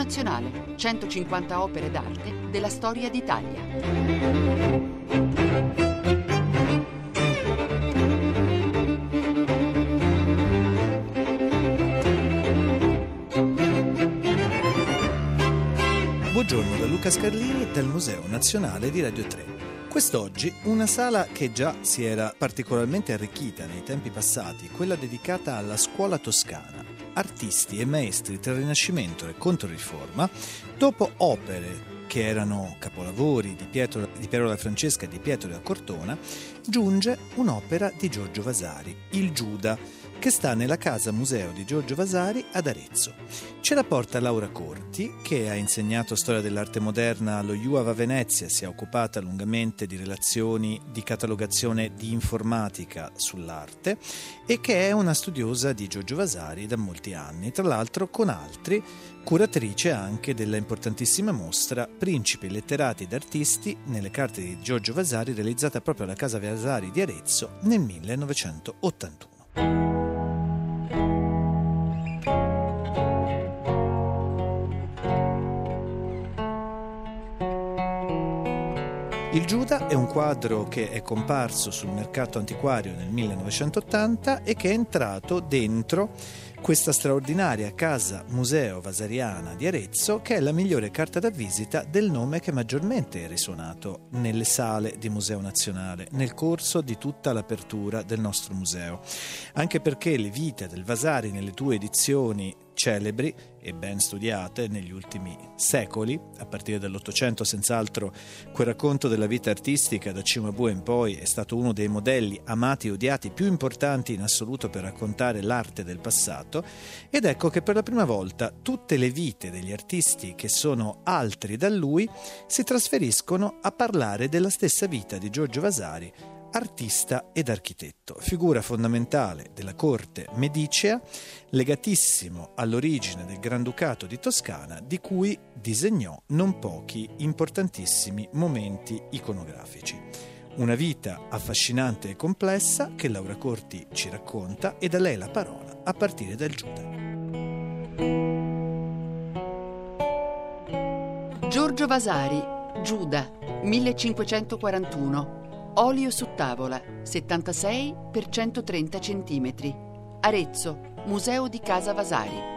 Nazionale, 150 opere d'arte della storia d'Italia. Buongiorno da Luca Scarlini dal Museo Nazionale di Radio 3. Quest'oggi una sala che già si era particolarmente arricchita nei tempi passati, quella dedicata alla scuola toscana, artisti e maestri tra Rinascimento e Controriforma, dopo opere che erano capolavori di Piero della Francesca e di Pietro da Cortona, giunge un'opera di Giorgio Vasari, Il Giuda, che sta nella casa museo di Giorgio Vasari ad Arezzo. Ce la porta Laura Corti, che ha insegnato storia dell'arte moderna allo IUAV a Venezia, si è occupata lungamente di relazioni di catalogazione di informatica sull'arte e che è una studiosa di Giorgio Vasari da molti anni, tra l'altro con altri, curatrice anche della importantissima mostra Principi letterati ed artisti nelle carte di Giorgio Vasari, realizzata proprio alla Casa Vasari di Arezzo nel 1981. Il Giuda è un quadro che è comparso sul mercato antiquario nel 1980 e che è entrato dentro questa straordinaria casa museo vasariana di Arezzo, che è la migliore carta da visita del nome che maggiormente è risuonato nelle sale di Museo Nazionale nel corso di tutta l'apertura del nostro museo, anche perché le vite del Vasari nelle due edizioni celebri e ben studiate negli ultimi secoli, a partire dall'Ottocento senz'altro quel racconto della vita artistica da Cimabue in poi è stato uno dei modelli amati e odiati più importanti in assoluto per raccontare l'arte del passato, ed ecco che per la prima volta tutte le vite degli artisti che sono altri da lui si trasferiscono a parlare della stessa vita di Giorgio Vasari, artista ed architetto, figura fondamentale della corte medicea, legatissimo all'origine del Granducato di Toscana, di cui disegnò non pochi importantissimi momenti iconografici. Una vita affascinante e complessa che Laura Corti ci racconta, e da lei la parola a partire dal Giuda. Giorgio Vasari, Giuda, 1541. Olio su tavola, 76 x 130 cm. Arezzo, Museo di Casa Vasari.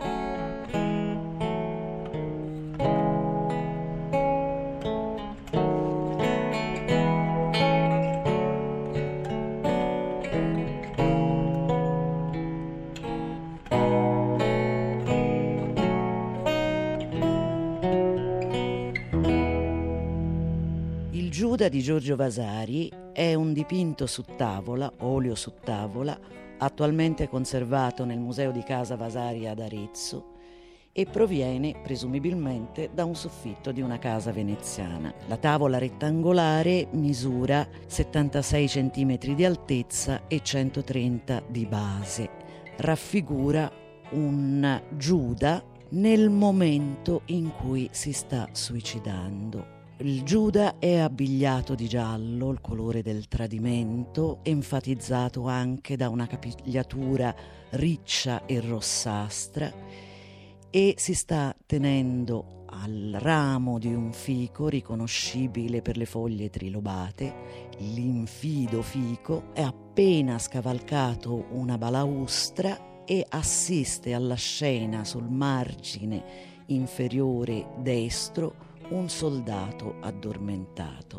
Il Giuda di Giorgio Vasari è un dipinto su tavola, olio su tavola, attualmente conservato nel Museo di Casa Vasari ad Arezzo e proviene presumibilmente da un soffitto di una casa veneziana. La tavola rettangolare misura 76 cm di altezza e 130 di base. Raffigura un Giuda nel momento in cui si sta suicidando. Il Giuda è abbigliato di giallo, il colore del tradimento, enfatizzato anche da una capigliatura riccia e rossastra, e si sta tenendo al ramo di un fico riconoscibile per le foglie trilobate. L'infido fico è appena scavalcato una balaustra e assiste alla scena sul margine inferiore destro un soldato addormentato.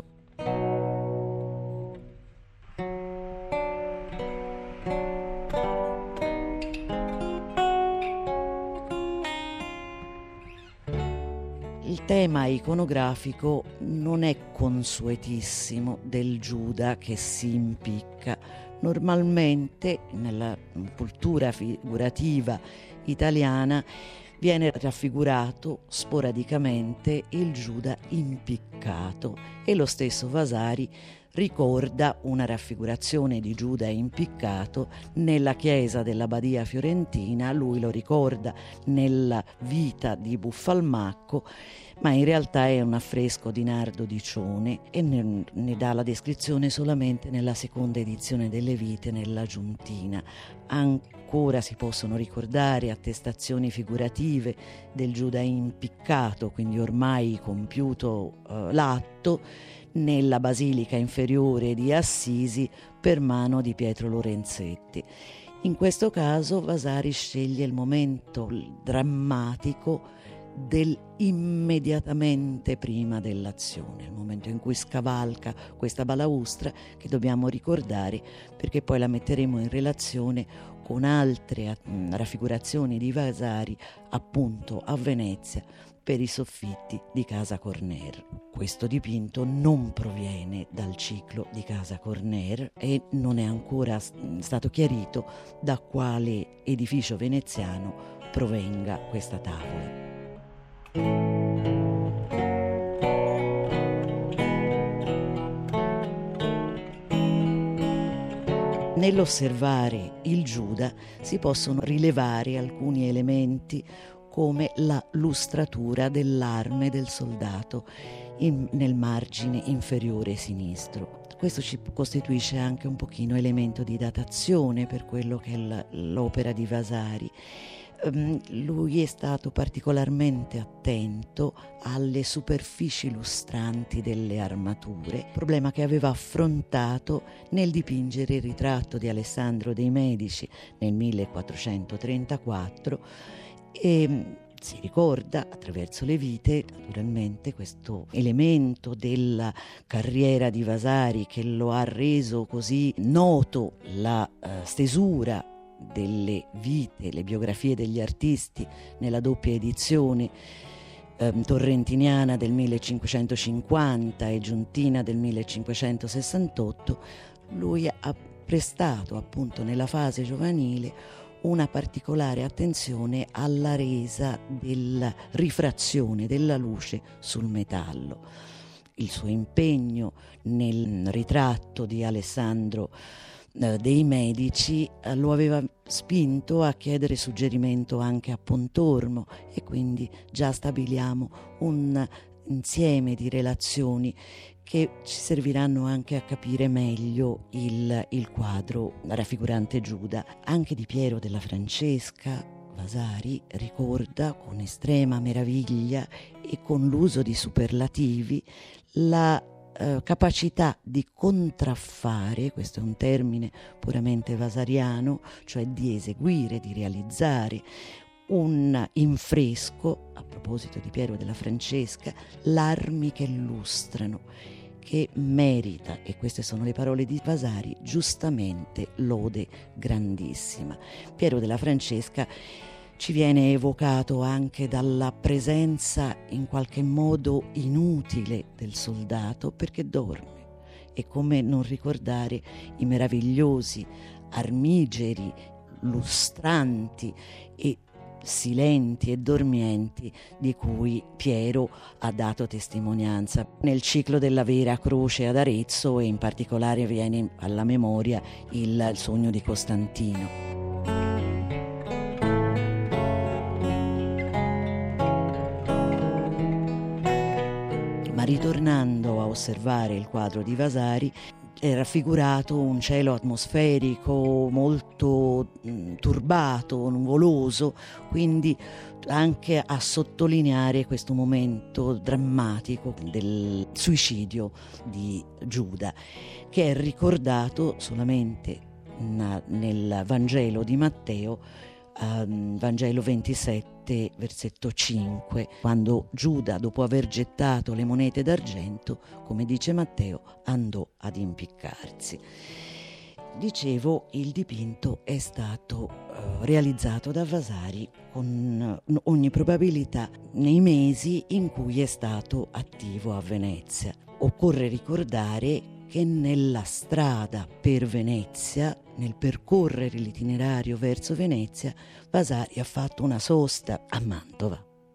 Il tema iconografico non è consuetissimo del Giuda che si impicca. Normalmente nella cultura figurativa italiana viene raffigurato sporadicamente il Giuda impiccato, e lo stesso Vasari ricorda una raffigurazione di Giuda impiccato nella chiesa dell'Abbadia fiorentina, lui lo ricorda nella vita di Buffalmacco, ma in realtà è un affresco di Nardo di Cione e ne dà la descrizione solamente nella seconda edizione delle Vite, nella Giuntina. Ancora si possono ricordare attestazioni figurative del Giuda impiccato, quindi ormai compiuto l'atto, nella Basilica Inferiore di Assisi per mano di Pietro Lorenzetti. In questo caso Vasari sceglie il momento drammatico immediatamente prima dell'azione, il momento in cui scavalca questa balaustra, che dobbiamo ricordare perché poi la metteremo in relazione con altre raffigurazioni di Vasari appunto a Venezia per i soffitti di Casa Corner. Questo dipinto non proviene dal ciclo di Casa Corner e non è ancora stato chiarito da quale edificio veneziano provenga questa tavola. Nell'osservare il Giuda si possono rilevare alcuni elementi come la lustratura dell'arme del soldato nel margine inferiore sinistro. Questo ci costituisce anche un pochino elemento di datazione per quello che è l'opera di Vasari. Lui è stato particolarmente attento alle superfici lustranti delle armature, problema che aveva affrontato nel dipingere il ritratto di Alessandro dei Medici nel 1434 e si ricorda attraverso le vite naturalmente questo elemento della carriera di Vasari che lo ha reso così noto, la stesura delle vite, le biografie degli artisti nella doppia edizione torrentiniana del 1550 e giuntina del 1568. Lui ha prestato appunto nella fase giovanile una particolare attenzione alla resa della rifrazione della luce sul metallo. Il suo impegno nel ritratto di Alessandro dei Medici lo aveva spinto a chiedere suggerimento anche a Pontormo e quindi già stabiliamo un insieme di relazioni che ci serviranno anche a capire meglio il quadro raffigurante Giuda. Anche di Piero della Francesca Vasari ricorda con estrema meraviglia e con l'uso di superlativi la capacità di contraffare, questo è un termine puramente vasariano, cioè di eseguire, di realizzare un infresco, a proposito di Piero della Francesca, l'armi che lustrano, che merita, e queste sono le parole di Vasari, giustamente lode grandissima. Piero della Francesca ci viene evocato anche dalla presenza in qualche modo inutile del soldato perché dorme. E come non ricordare i meravigliosi armigeri, lustranti e silenti e dormienti di cui Piero ha dato testimonianza nel ciclo della Vera Croce ad Arezzo, e in particolare viene alla memoria il sogno di Costantino. Ma ritornando a osservare il quadro di Vasari, è raffigurato un cielo atmosferico molto turbato, nuvoloso, quindi anche a sottolineare questo momento drammatico del suicidio di Giuda, che è ricordato solamente nel Vangelo di Matteo, Vangelo 27, versetto 5, quando Giuda, dopo aver gettato le monete d'argento, come dice Matteo, andò ad impiccarsi. Dicevo, il dipinto è stato realizzato da Vasari con ogni probabilità nei mesi in cui è stato attivo a Venezia. Occorre ricordare che nella strada per Venezia, nel percorrere l'itinerario verso Venezia, Vasari ha fatto una sosta a Mantova.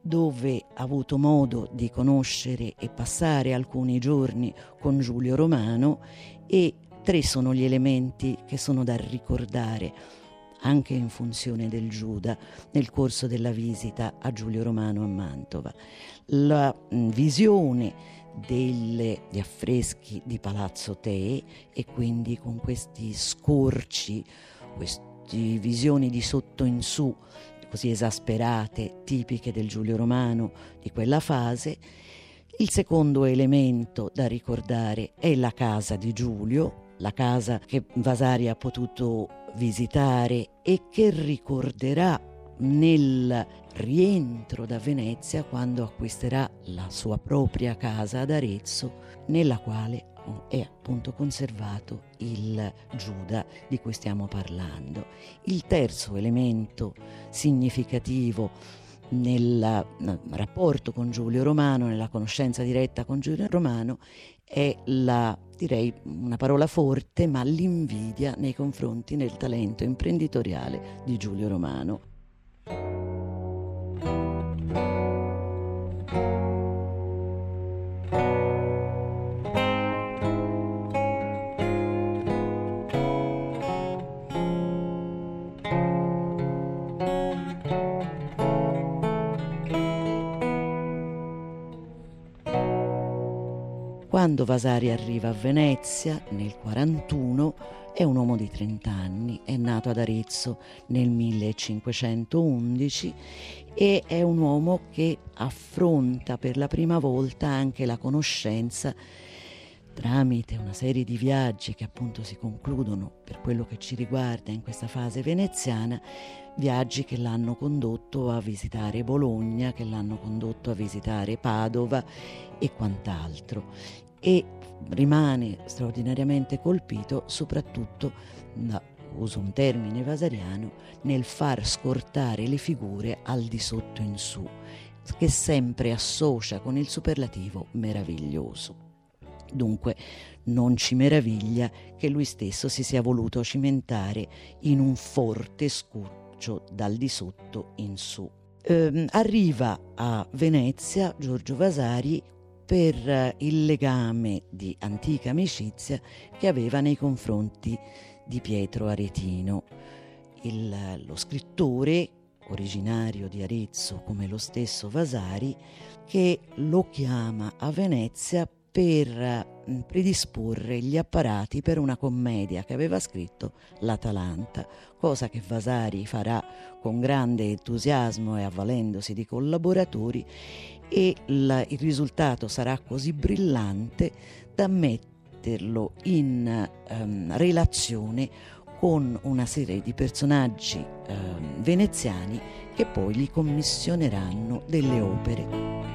dove ha avuto modo di conoscere e passare alcuni giorni con Giulio Romano, e 3 sono gli elementi che sono da ricordare anche in funzione del Giuda nel corso della visita a Giulio Romano a Mantova. La visione degli affreschi di Palazzo Te, e quindi con questi scorci, queste visioni di sotto in su così esasperate, tipiche del Giulio Romano di quella fase. Il secondo elemento da ricordare è la casa di Giulio, la casa che Vasari ha potuto visitare e che ricorderà nel rientro da Venezia, quando acquisterà la sua propria casa ad Arezzo, nella quale è appunto conservato il Giuda di cui stiamo parlando. Il terzo elemento significativo nel rapporto con Giulio Romano, nella conoscenza diretta con Giulio Romano, è direi una parola forte, ma l'invidia nei confronti del talento imprenditoriale di Giulio Romano. Quando Vasari arriva a Venezia nel 41 è un uomo di 30 anni, è nato ad Arezzo nel 1511 e è un uomo che affronta per la prima volta anche la conoscenza tramite una serie di viaggi che appunto si concludono, per quello che ci riguarda in questa fase veneziana, viaggi che l'hanno condotto a visitare Bologna, che l'hanno condotto a visitare Padova e quant'altro, e rimane straordinariamente colpito soprattutto, uso un termine vasariano, nel far scortare le figure al di sotto in su, che sempre associa con il superlativo meraviglioso. Dunque non ci meraviglia che lui stesso si sia voluto cimentare in un forte scorcio dal di sotto in su. Arriva a Venezia Giorgio Vasari per il legame di antica amicizia che aveva nei confronti di Pietro Aretino, lo scrittore originario di Arezzo come lo stesso Vasari, che lo chiama a Venezia per predisporre gli apparati per una commedia che aveva scritto, l'Atalanta, cosa che Vasari farà con grande entusiasmo e avvalendosi di collaboratori, e il risultato sarà così brillante da metterlo in relazione con una serie di personaggi veneziani che poi gli commissioneranno delle opere.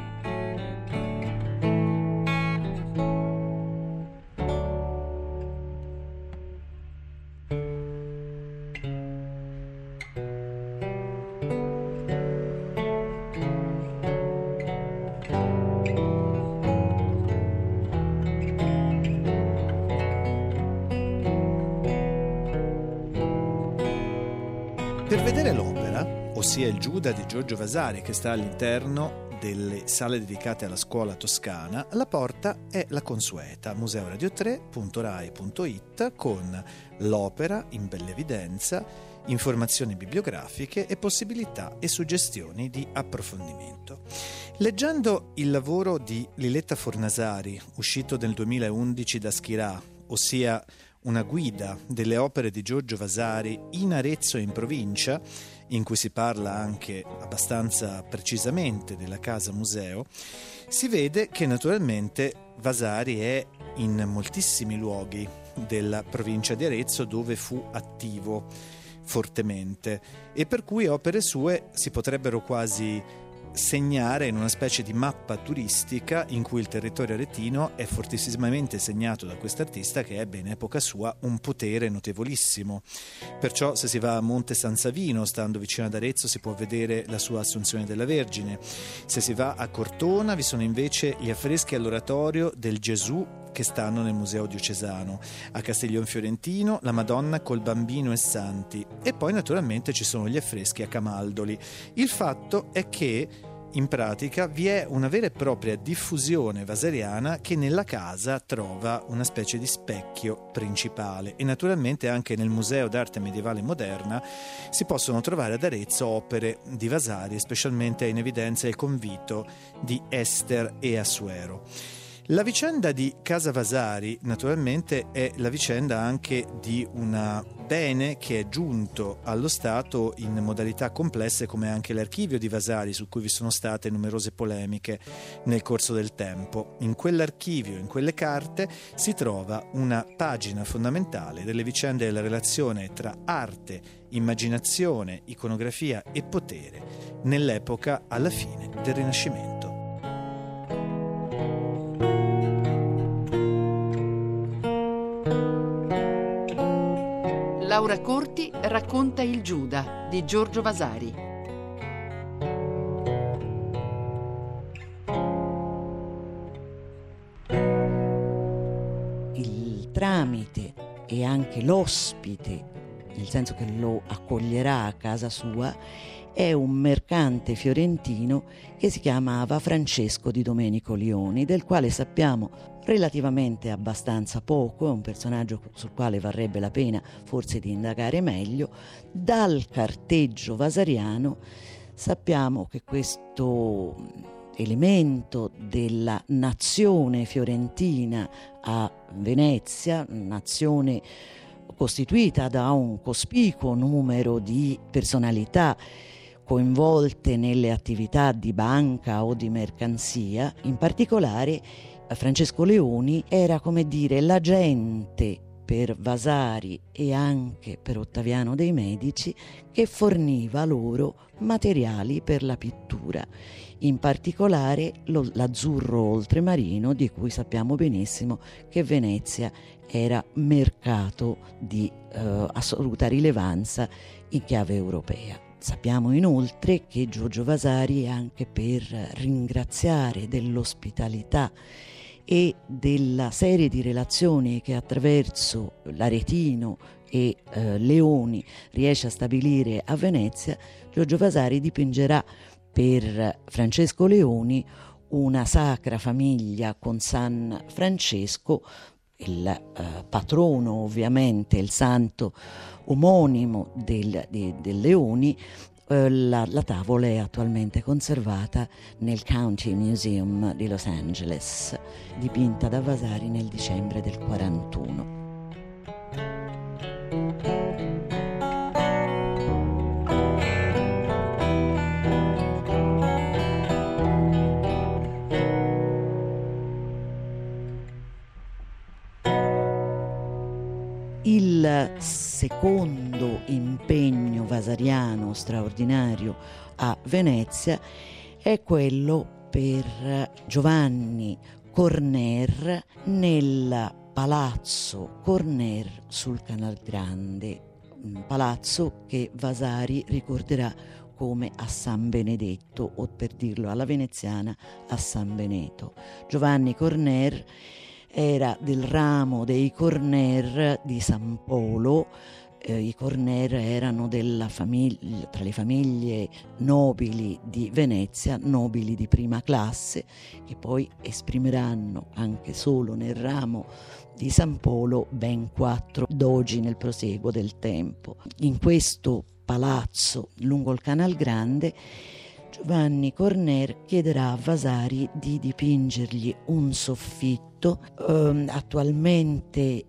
Per vedere l'opera, ossia il Giuda di Giorgio Vasari, che sta all'interno delle sale dedicate alla scuola toscana, la porta è la consueta, museoradio3.rai.it, con l'opera in bella evidenza, informazioni bibliografiche e possibilità e suggestioni di approfondimento. Leggendo il lavoro di Liletta Fornasari, uscito nel 2011 da Schirà, ossia una guida delle opere di Giorgio Vasari in Arezzo e in provincia, in cui si parla anche abbastanza precisamente della casa museo, si vede che naturalmente Vasari è in moltissimi luoghi della provincia di Arezzo dove fu attivo fortemente, e per cui opere sue si potrebbero quasi segnare in una specie di mappa turistica in cui il territorio aretino è fortissimamente segnato da quest'artista che ebbe in epoca sua un potere notevolissimo. Perciò se si va a Monte San Savino, stando vicino ad Arezzo, si può vedere la sua Assunzione della Vergine. Se si va a Cortona vi sono invece gli affreschi all'oratorio del Gesù che stanno nel Museo Diocesano. A Castiglion Fiorentino la Madonna col Bambino e Santi, e poi naturalmente ci sono gli affreschi a Camaldoli. Il fatto è che In pratica vi è una vera e propria diffusione vasariana che nella casa trova una specie di specchio principale, e naturalmente anche nel Museo d'Arte Medievale Moderna si possono trovare ad Arezzo opere di Vasari, specialmente in evidenza il convito di Ester e Assuero. La vicenda di Casa Vasari naturalmente è la vicenda anche di un bene che è giunto allo Stato in modalità complesse, come anche l'archivio di Vasari, su cui vi sono state numerose polemiche nel corso del tempo. In quell'archivio, in quelle carte, si trova una pagina fondamentale delle vicende della relazione tra arte, immaginazione, iconografia e potere nell'epoca alla fine del Rinascimento. Laura Corti racconta Il Giuda di Giorgio Vasari. Il tramite e anche l'ospite, nel senso che lo accoglierà a casa sua, è un mercante fiorentino che si chiamava Francesco di Domenico Leoni, del quale sappiamo relativamente abbastanza poco. È un personaggio sul quale varrebbe la pena forse di indagare meglio. Dal carteggio vasariano sappiamo che questo elemento della nazione fiorentina a Venezia, nazione costituita da un cospicuo numero di personalità coinvolte nelle attività di banca o di mercanzia, in particolare Francesco Leoni era, come dire, l'agente per Vasari e anche per Ottaviano dei Medici, che forniva loro materiali per la pittura, in particolare l'azzurro oltremarino, di cui sappiamo benissimo che Venezia era mercato di assoluta rilevanza in chiave europea. Sappiamo inoltre che Giorgio Vasari, anche per ringraziare dell'ospitalità e della serie di relazioni che attraverso l'Aretino e Leoni riesce a stabilire a Venezia, Giorgio Vasari dipingerà per Francesco Leoni una Sacra Famiglia con San Francesco, il patrono ovviamente, il santo omonimo del Leoni. La tavola è attualmente conservata nel County Museum di Los Angeles, dipinta da Vasari nel dicembre del 1941. Il secondo impegno vasariano straordinario a Venezia è quello per Giovanni Corner nel Palazzo Corner sul Canal Grande, un palazzo che Vasari ricorderà come a San Benedetto, o per dirlo alla veneziana a San Beneto. Giovanni Corner era del ramo dei Corner di San Polo. I Corner erano tra le famiglie nobili di Venezia, nobili di prima classe, che poi esprimeranno anche solo nel ramo di San Polo ben 4 dogi nel proseguo del tempo. In questo palazzo lungo il Canal Grande Giovanni Corner chiederà a Vasari di dipingergli un soffitto attualmente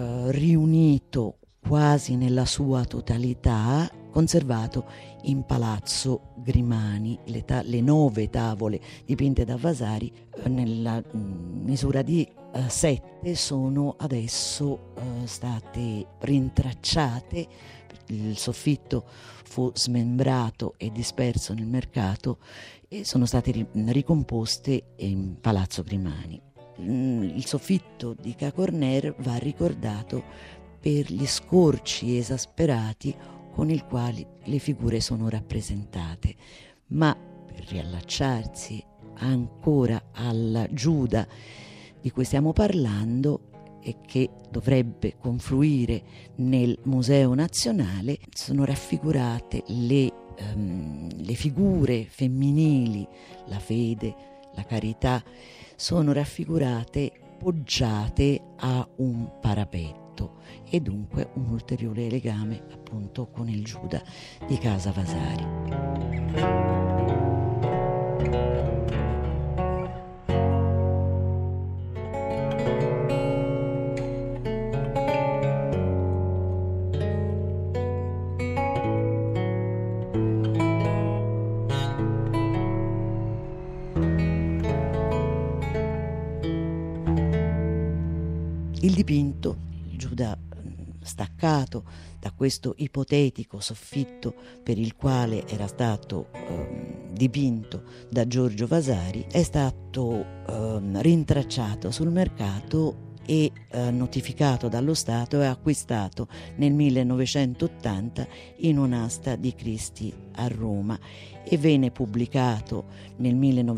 riunito quasi nella sua totalità, conservato in Palazzo Grimani. Le 9 tavole dipinte da Vasari nella misura di 7 sono adesso state rintracciate. Il soffitto fu smembrato e disperso nel mercato e sono state ricomposte in Palazzo Grimani. Il soffitto di Ca' Corner va ricordato per gli scorci esasperati con i quali le figure sono rappresentate, ma per riallacciarsi ancora al Giuda di cui stiamo parlando e che dovrebbe confluire nel Museo Nazionale, sono raffigurate le le figure femminili, la fede, la carità, sono raffigurate poggiate a un parapetto, e dunque un ulteriore legame appunto con il Giuda di casa Vasari. Il dipinto, il Giuda staccato da questo ipotetico soffitto per il quale era stato dipinto da Giorgio Vasari, è stato rintracciato sul mercato e notificato dallo Stato e acquistato nel 1980 in un'asta di Cristi a Roma, e venne pubblicato nel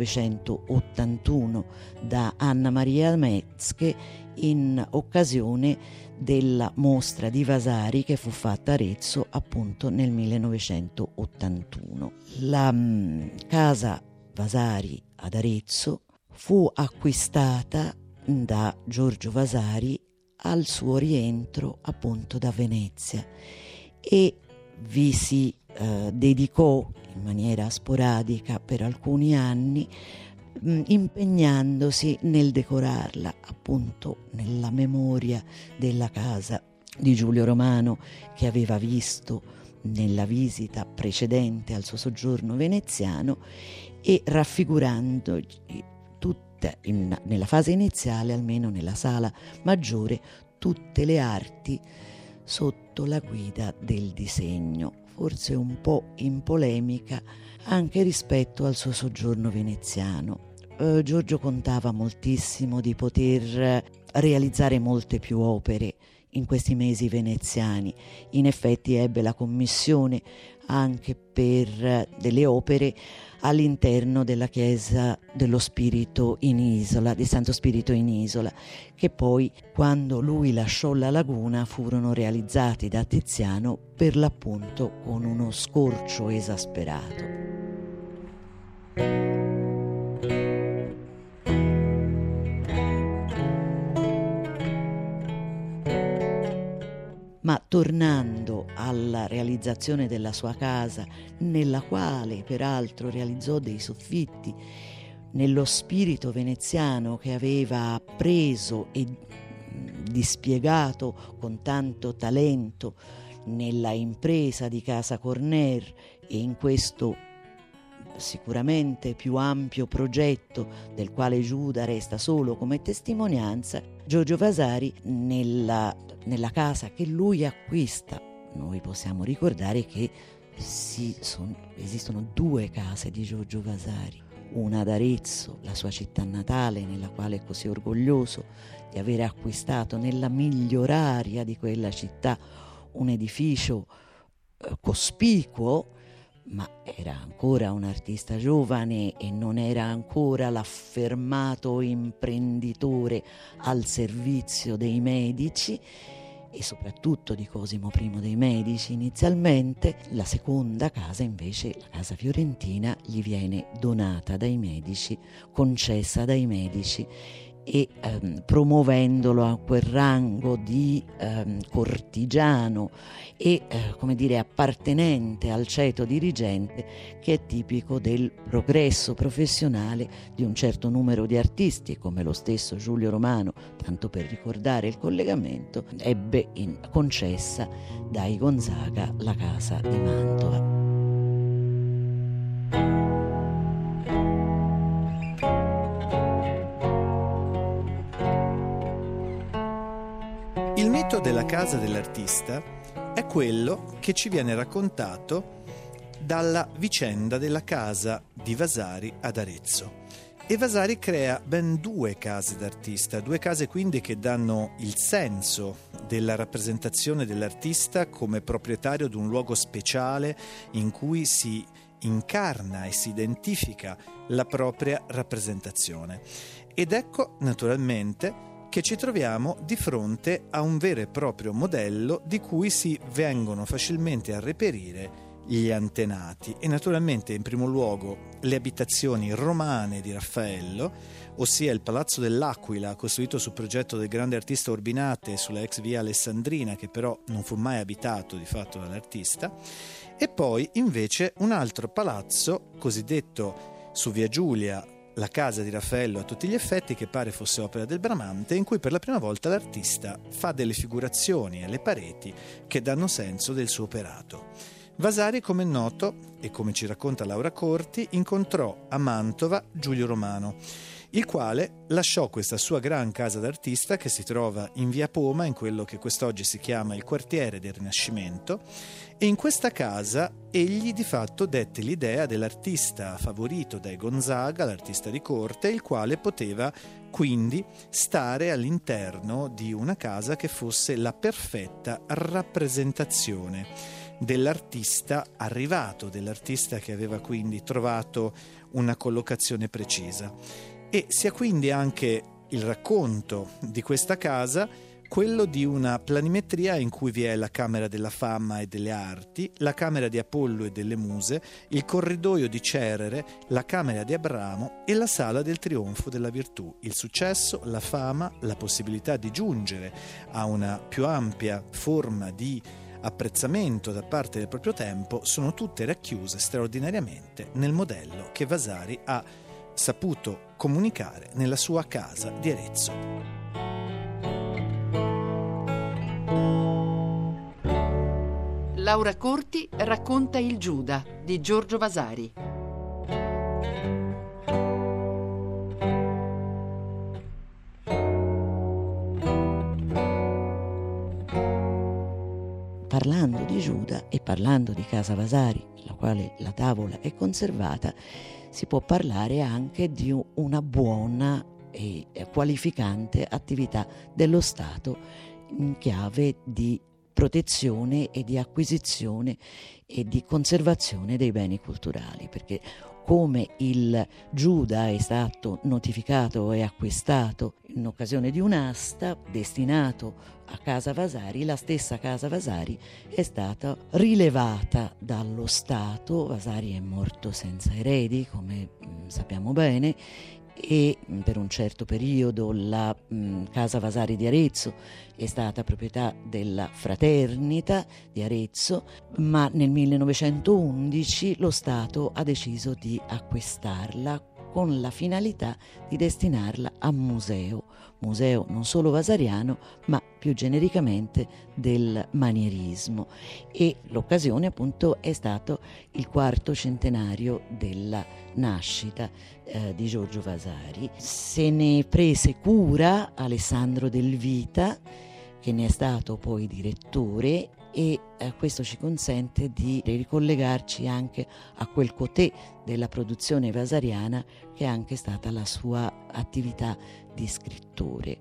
1981 da Anna Maria Metzger in occasione della mostra di Vasari che fu fatta a Arezzo appunto nel 1981. La casa Vasari ad Arezzo fu acquistata da Giorgio Vasari al suo rientro appunto da Venezia, e vi si dedicò in maniera sporadica per alcuni anni, impegnandosi nel decorarla appunto nella memoria della casa di Giulio Romano, che aveva visto nella visita precedente al suo soggiorno veneziano, e raffigurando nella fase iniziale, almeno nella sala maggiore, tutte le arti sotto la guida del disegno, forse un po' in polemica anche rispetto al suo soggiorno veneziano. Giorgio contava moltissimo di poter realizzare molte più opere in questi mesi veneziani. In effetti ebbe la commissione anche per delle opere all'interno della chiesa dello Spirito in Isola, di Santo Spirito in Isola, che poi, quando lui lasciò la laguna, furono realizzati da Tiziano, per l'appunto con uno scorcio esasperato. Ma tornando alla realizzazione della sua casa, nella quale peraltro realizzò dei soffitti nello spirito veneziano che aveva appreso e dispiegato con tanto talento nella impresa di Casa Corner, e in questo sicuramente più ampio progetto del quale Giuda resta solo come testimonianza, Giorgio Vasari nella casa che lui acquista. Noi possiamo ricordare che esistono due case di Giorgio Vasari, una ad Arezzo, la sua città natale, nella quale è così orgoglioso di aver acquistato nella miglioraria di quella città un edificio cospicuo, ma era ancora un artista giovane e non era ancora l'affermato imprenditore al servizio dei Medici, e soprattutto di Cosimo I dei Medici inizialmente. La seconda casa invece, la casa fiorentina, gli viene donata dai Medici, concessa dai Medici, e promuovendolo a quel rango di cortigiano e appartenente al ceto dirigente che è tipico del progresso professionale di un certo numero di artisti, come lo stesso Giulio Romano, tanto per ricordare il collegamento, ebbe concessa dai Gonzaga la casa di Mantova. Il mito della casa dell'artista è quello che ci viene raccontato dalla vicenda della casa di Vasari ad Arezzo. E Vasari crea ben due case d'artista, due case quindi che danno il senso della rappresentazione dell'artista come proprietario di un luogo speciale in cui si incarna e si identifica la propria rappresentazione. Ed ecco naturalmente che ci troviamo di fronte a un vero e proprio modello di cui si vengono facilmente a reperire gli antenati e naturalmente in primo luogo le abitazioni romane di Raffaello, ossia il Palazzo dell'Aquila, costruito su progetto del grande artista Urbinate sulla ex via Alessandrina, che però non fu mai abitato di fatto dall'artista, e poi invece un altro palazzo cosiddetto su via Giulia, la casa di Raffaello a tutti gli effetti, che pare fosse opera del Bramante, in cui per la prima volta l'artista fa delle figurazioni alle pareti che danno senso del suo operato. Vasari, come è noto, e come ci racconta Laura Corti, incontrò a Mantova Giulio Romano, il quale lasciò questa sua gran casa d'artista che si trova in via Poma, in quello che quest'oggi si chiama il quartiere del Rinascimento, e in questa casa egli di fatto dette l'idea dell'artista favorito dai Gonzaga, l'artista di corte, il quale poteva quindi stare all'interno di una casa che fosse la perfetta rappresentazione dell'artista arrivato, dell'artista che aveva quindi trovato una collocazione precisa. E sia quindi anche il racconto di questa casa quello di una planimetria in cui vi è la Camera della Fama e delle Arti, la Camera di Apollo e delle Muse, il Corridoio di Cerere, la Camera di Abramo e la Sala del Trionfo della Virtù. Il successo, la fama, la possibilità di giungere a una più ampia forma di apprezzamento da parte del proprio tempo sono tutte racchiuse straordinariamente nel modello che Vasari ha saputo comunicare nella sua casa di Arezzo. Laura Corti racconta Il Giuda di Giorgio Vasari. Parlando di Giuda e parlando di Casa Vasari, la quale la tavola è conservata, si può parlare anche di una buona e qualificante attività dello Stato in chiave di protezione e di acquisizione e di conservazione dei beni culturali, perché come il Giuda è stato notificato e acquistato in occasione di un'asta destinato a Casa Vasari, la stessa Casa Vasari è stata rilevata dallo Stato. Vasari è morto senza eredi, come sappiamo bene, e per un certo periodo la Casa Vasari di Arezzo è stata proprietà della Fraternita di Arezzo, ma nel 1911 lo Stato ha deciso di acquistarla con la finalità di destinarla a museo non solo vasariano, ma più genericamente del manierismo, e l'occasione appunto è stato il 4° centenario della nascita di Giorgio Vasari. Se ne prese cura Alessandro Del Vita, che ne è stato poi direttore, e questo ci consente di ricollegarci anche a quel cotè della produzione vasariana che è anche stata la sua attività di scrittore,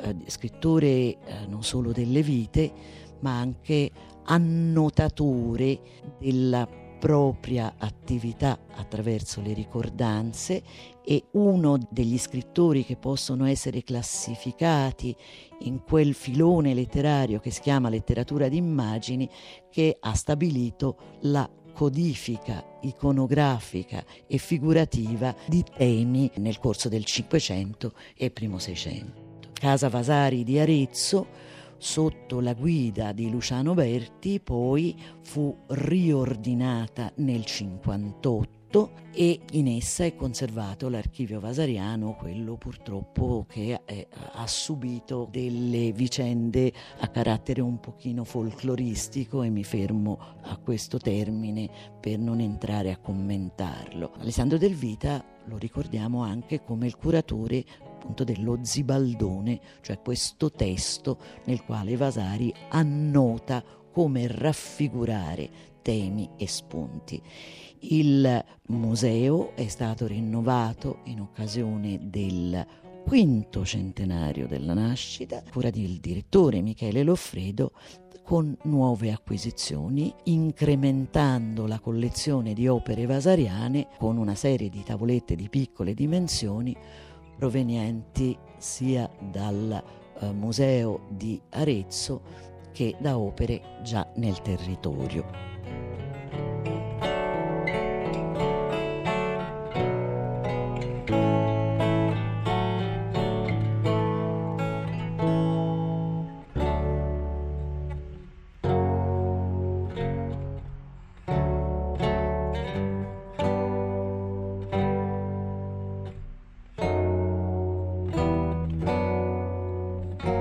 non solo delle vite, ma anche annotatore della propria attività attraverso le ricordanze, e uno degli scrittori che possono essere classificati in quel filone letterario che si chiama letteratura d'immagini, che ha stabilito la codifica iconografica e figurativa di temi nel corso del Cinquecento e primo Seicento. Casa Vasari di Arezzo, sotto la guida di Luciano Berti, poi fu riordinata nel 58 e in essa è conservato l'archivio vasariano, quello purtroppo che ha subito delle vicende a carattere un pochino folcloristico, e mi fermo a questo termine per non entrare a commentarlo. Alessandro Del Vita lo ricordiamo anche come il curatore appunto dello Zibaldone, cioè questo testo nel quale Vasari annota come raffigurare temi e spunti. Il museo è stato rinnovato in occasione del 5° centenario della nascita, a cura del direttore Michele Loffredo, con nuove acquisizioni, incrementando la collezione di opere vasariane con una serie di tavolette di piccole dimensioni provenienti sia dal museo di Arezzo che da opere già nel territorio.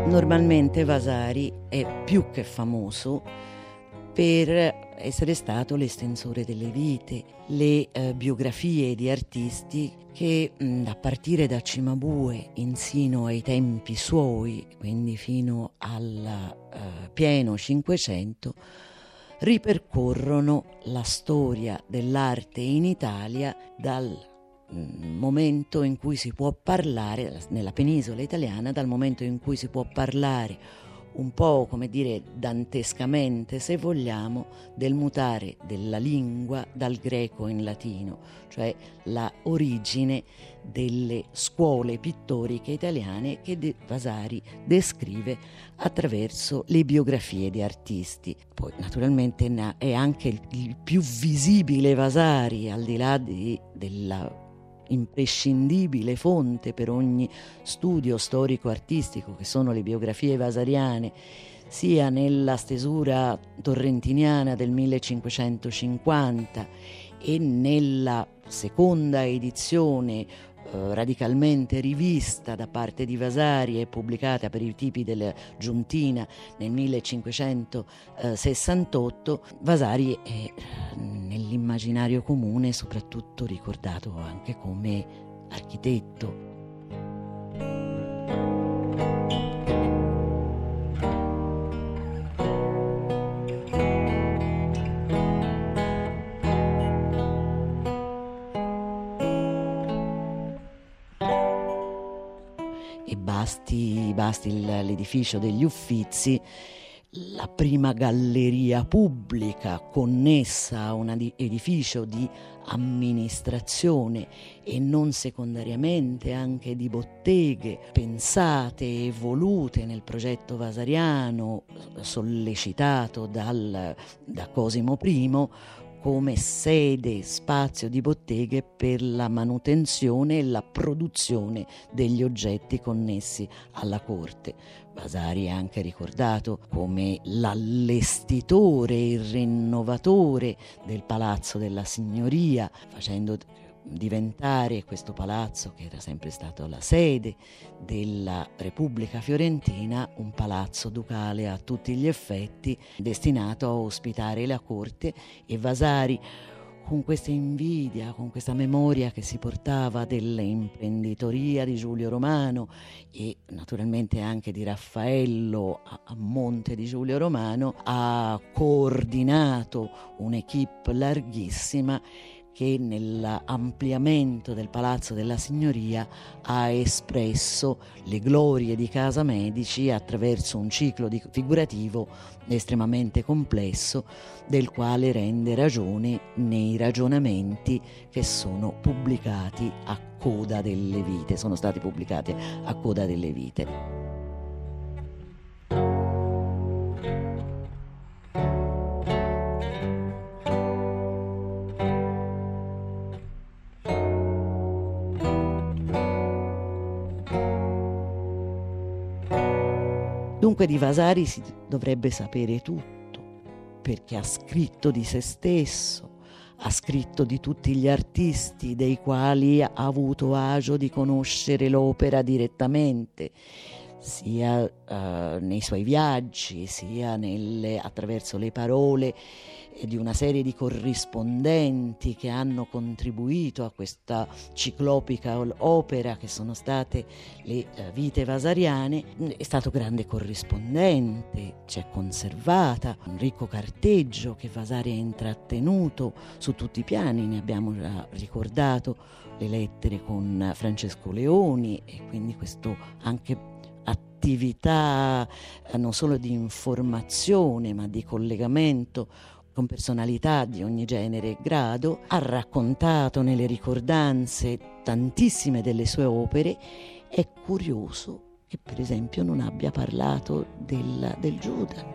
Normalmente Vasari è più che famoso per essere stato l'estensore delle vite, le biografie di artisti che a partire da Cimabue insino ai tempi suoi, quindi fino al pieno Cinquecento, ripercorrono la storia dell'arte in Italia dal momento in cui si può parlare, nella penisola italiana, dal momento in cui si può parlare un po', come dire, dantescamente, se vogliamo, del mutare della lingua dal greco in latino, cioè la origine delle scuole pittoriche italiane che Vasari descrive attraverso le biografie di artisti. Poi naturalmente è anche il più visibile Vasari, al di là della imprescindibile fonte per ogni studio storico-artistico che sono le biografie vasariane, sia nella stesura torrentiniana del 1550 e nella seconda edizione radicalmente rivista da parte di Vasari e pubblicata per i tipi della Giuntina nel 1568, Vasari è nell'immaginario comune soprattutto ricordato anche come architetto. E basti l'edificio degli Uffizi, la prima galleria pubblica connessa a un edificio di amministrazione e non secondariamente anche di botteghe pensate e volute nel progetto vasariano sollecitato da Cosimo I come sede, spazio di botteghe per la manutenzione e la produzione degli oggetti connessi alla corte. Vasari è anche ricordato come l'allestitore e il rinnovatore del Palazzo della Signoria, facendo diventare questo palazzo, che era sempre stato la sede della Repubblica Fiorentina, un palazzo ducale a tutti gli effetti, destinato a ospitare la corte. E Vasari, con questa invidia, con questa memoria che si portava dell'imprenditoria di Giulio Romano e naturalmente anche di Raffaello a monte di Giulio Romano, ha coordinato un'equipe larghissima che nell'ampliamento del Palazzo della Signoria ha espresso le glorie di Casa Medici attraverso un ciclo figurativo estremamente complesso, del quale rende ragione nei ragionamenti che sono pubblicati a coda delle vite, sono stati pubblicati a coda delle vite. Dunque di Vasari si dovrebbe sapere tutto, perché ha scritto di se stesso, ha scritto di tutti gli artisti dei quali ha avuto agio di conoscere l'opera direttamente, sia nei suoi viaggi, sia attraverso le parole di una serie di corrispondenti che hanno contribuito a questa ciclopica opera che sono state le vite vasariane. È stato grande corrispondente, c'è conservata un ricco carteggio che Vasari ha intrattenuto su tutti i piani. Ne abbiamo già ricordato le lettere con Francesco Leoni, e quindi questo anche attività non solo di informazione ma di collegamento con personalità di ogni genere e grado. Ha raccontato nelle ricordanze tantissime delle sue opere. È curioso che per esempio non abbia parlato del Giuda.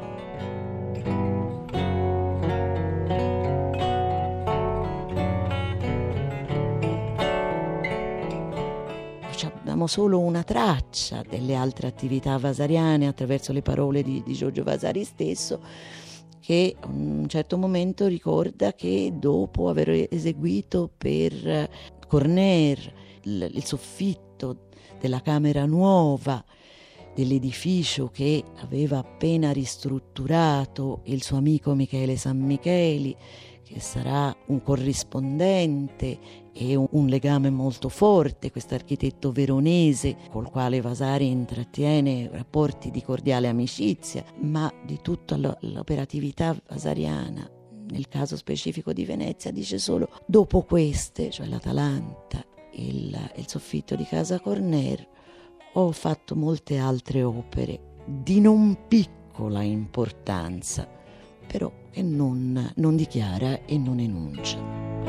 Abbiamo solo una traccia delle altre attività vasariane attraverso le parole di Giorgio Vasari stesso, che a un certo momento ricorda che dopo aver eseguito per Corner il soffitto della Camera Nuova dell'edificio che aveva appena ristrutturato il suo amico Michele San Micheli, che sarà un corrispondente e un legame molto forte, questo architetto veronese col quale Vasari intrattiene rapporti di cordiale amicizia, ma di tutta l'operatività vasariana. Nel caso specifico di Venezia dice solo: dopo queste, cioè l'Atalanta, il soffitto di Casa Corner, ho fatto molte altre opere di non piccola importanza, però che non dichiara e non enuncia.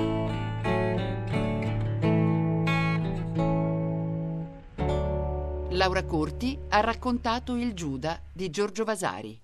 Laura Corti ha raccontato Il Giuda di Giorgio Vasari.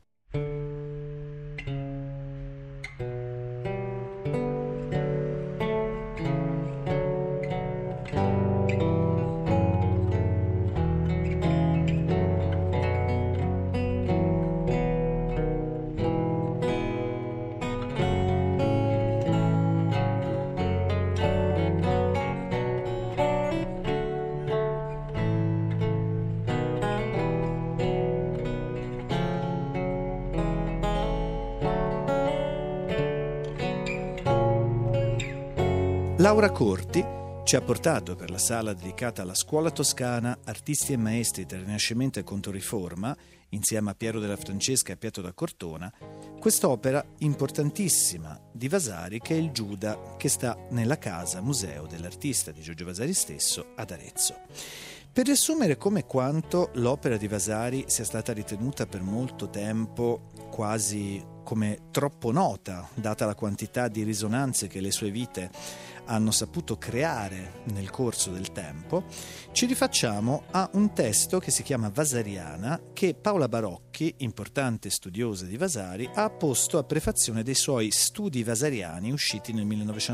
Laura Corti ci ha portato per la sala dedicata alla Scuola Toscana Artisti e Maestri del Rinascimento e Controriforma, insieme a Piero della Francesca e Pietro da Cortona, quest'opera importantissima di Vasari che è Il Giuda, che sta nella casa museo dell'artista di Giorgio Vasari stesso ad Arezzo. Per riassumere come e quanto l'opera di Vasari sia stata ritenuta per molto tempo quasi come troppo nota, data la quantità di risonanze che le sue vite hanno saputo creare nel corso del tempo, ci rifacciamo a un testo che si chiama Vasariana, che Paola Barocchi, importante studiosa di Vasari, ha apposto a prefazione dei suoi studi vasariani usciti nel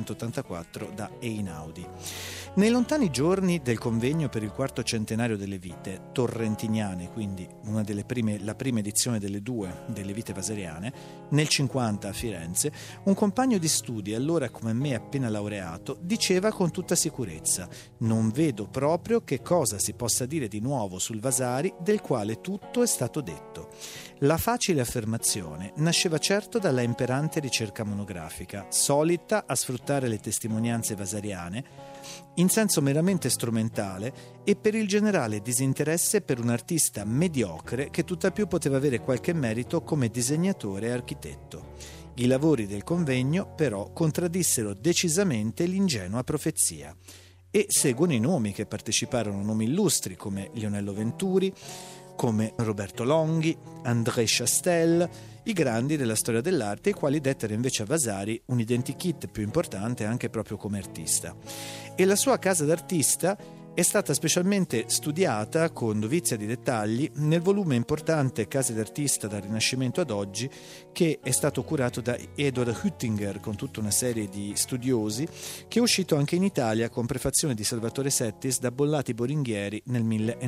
1984 da Einaudi. Nei lontani giorni del convegno per il quarto centenario delle vite torrentiniane, quindi la prima edizione delle due delle vite vasariane, nel 50 a Firenze, un compagno di studi, allora come me appena laureato, diceva con tutta sicurezza: non vedo proprio che cosa si possa dire di nuovo sul Vasari del quale tutto è stato detto. La facile affermazione nasceva certo dalla imperante ricerca monografica, solita a sfruttare le testimonianze vasariane in senso meramente strumentale e per il generale disinteresse per un artista mediocre che tutt'al più poteva avere qualche merito come disegnatore e architetto. I lavori del convegno, però, contraddissero decisamente l'ingenua profezia. E seguono i nomi che parteciparono, nomi illustri come Lionello Venturi, come Roberto Longhi, André Chastel, i grandi della storia dell'arte, i quali dettero invece a Vasari un identikit più importante anche proprio come artista. E la sua casa d'artista è stata specialmente studiata con dovizia di dettagli nel volume importante Case d'artista dal Rinascimento ad oggi, che è stato curato da Eduard Hüttinger con tutta una serie di studiosi, che è uscito anche in Italia con prefazione di Salvatore Settis da Bollati Boringhieri nel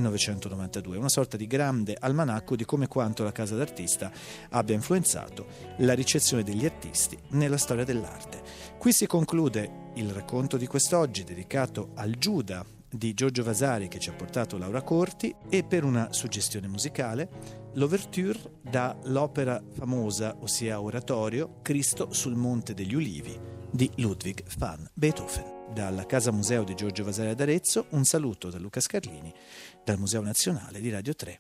1992, una sorta di grande almanacco di come quanto la casa d'artista abbia influenzato la ricezione degli artisti nella storia dell'arte. Qui si conclude il racconto di quest'oggi dedicato al Giuda di Giorgio Vasari che ci ha portato Laura Corti, e per una suggestione musicale l'ouverture dall'opera famosa, ossia oratorio, Cristo sul Monte degli Ulivi di Ludwig van Beethoven. Dalla Casa Museo di Giorgio Vasari ad Arezzo un saluto da Luca Scarlini dal Museo Nazionale di Radio 3.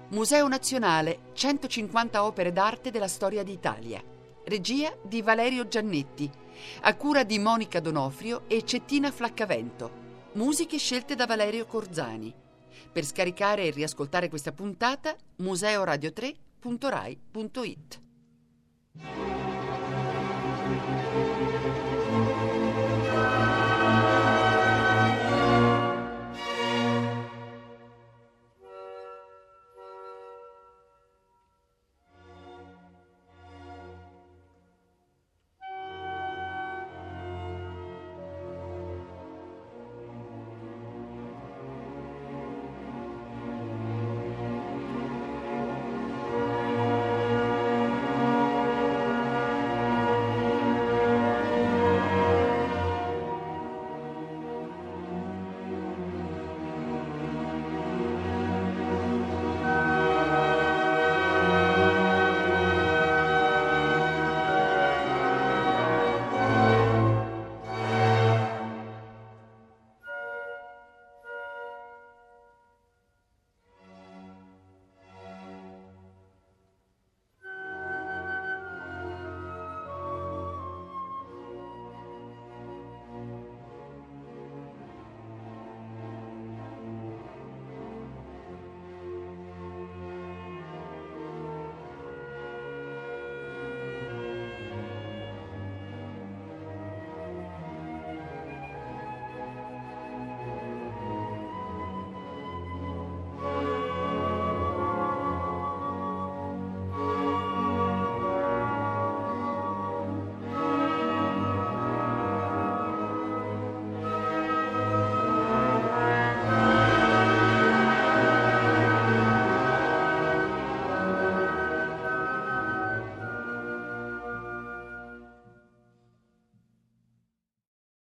Museo Nazionale, 150 opere d'arte della storia d'Italia. Regia di Valerio Giannetti, a cura di Monica Donofrio e Cettina Flaccavento. Musiche scelte da Valerio Corzani. Per scaricare e riascoltare questa puntata, museoradio3.rai.it.